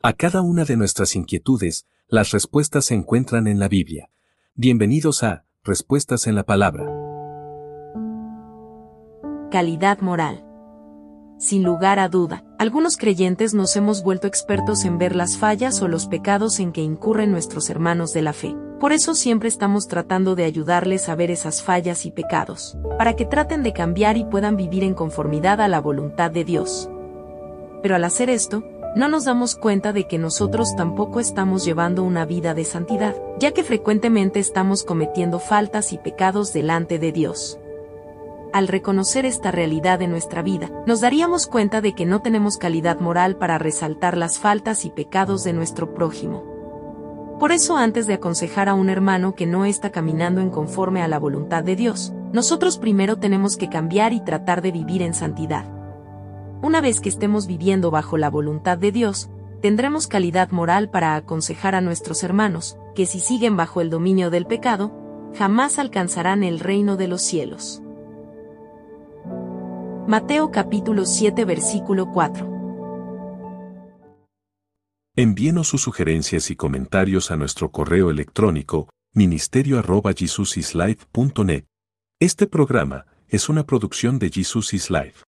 A cada una de nuestras inquietudes, las respuestas se encuentran en la Biblia. Bienvenidos a Respuestas en la Palabra. Calidad moral. Sin lugar a duda, algunos creyentes nos hemos vuelto expertos en ver las fallas o los pecados en que incurren nuestros hermanos de la fe. Por eso siempre estamos tratando de ayudarles a ver esas fallas y pecados, para que traten de cambiar y puedan vivir en conformidad a la voluntad de Dios. Pero al hacer esto, no nos damos cuenta de que nosotros tampoco estamos llevando una vida de santidad, ya que frecuentemente estamos cometiendo faltas y pecados delante de Dios. Al reconocer esta realidad en nuestra vida, nos daríamos cuenta de que no tenemos calidad moral para resaltar las faltas y pecados de nuestro prójimo. Por eso, antes de aconsejar a un hermano que no está caminando en conforme a la voluntad de Dios, nosotros primero tenemos que cambiar y tratar de vivir en santidad. Una vez que estemos viviendo bajo la voluntad de Dios, tendremos calidad moral para aconsejar a nuestros hermanos, que si siguen bajo el dominio del pecado, jamás alcanzarán el reino de los cielos. Mateo capítulo 7 versículo 4. Envíenos sus sugerencias y comentarios a nuestro correo electrónico ministerio@jesusislife.net. Este programa es una producción de Jesus is Life.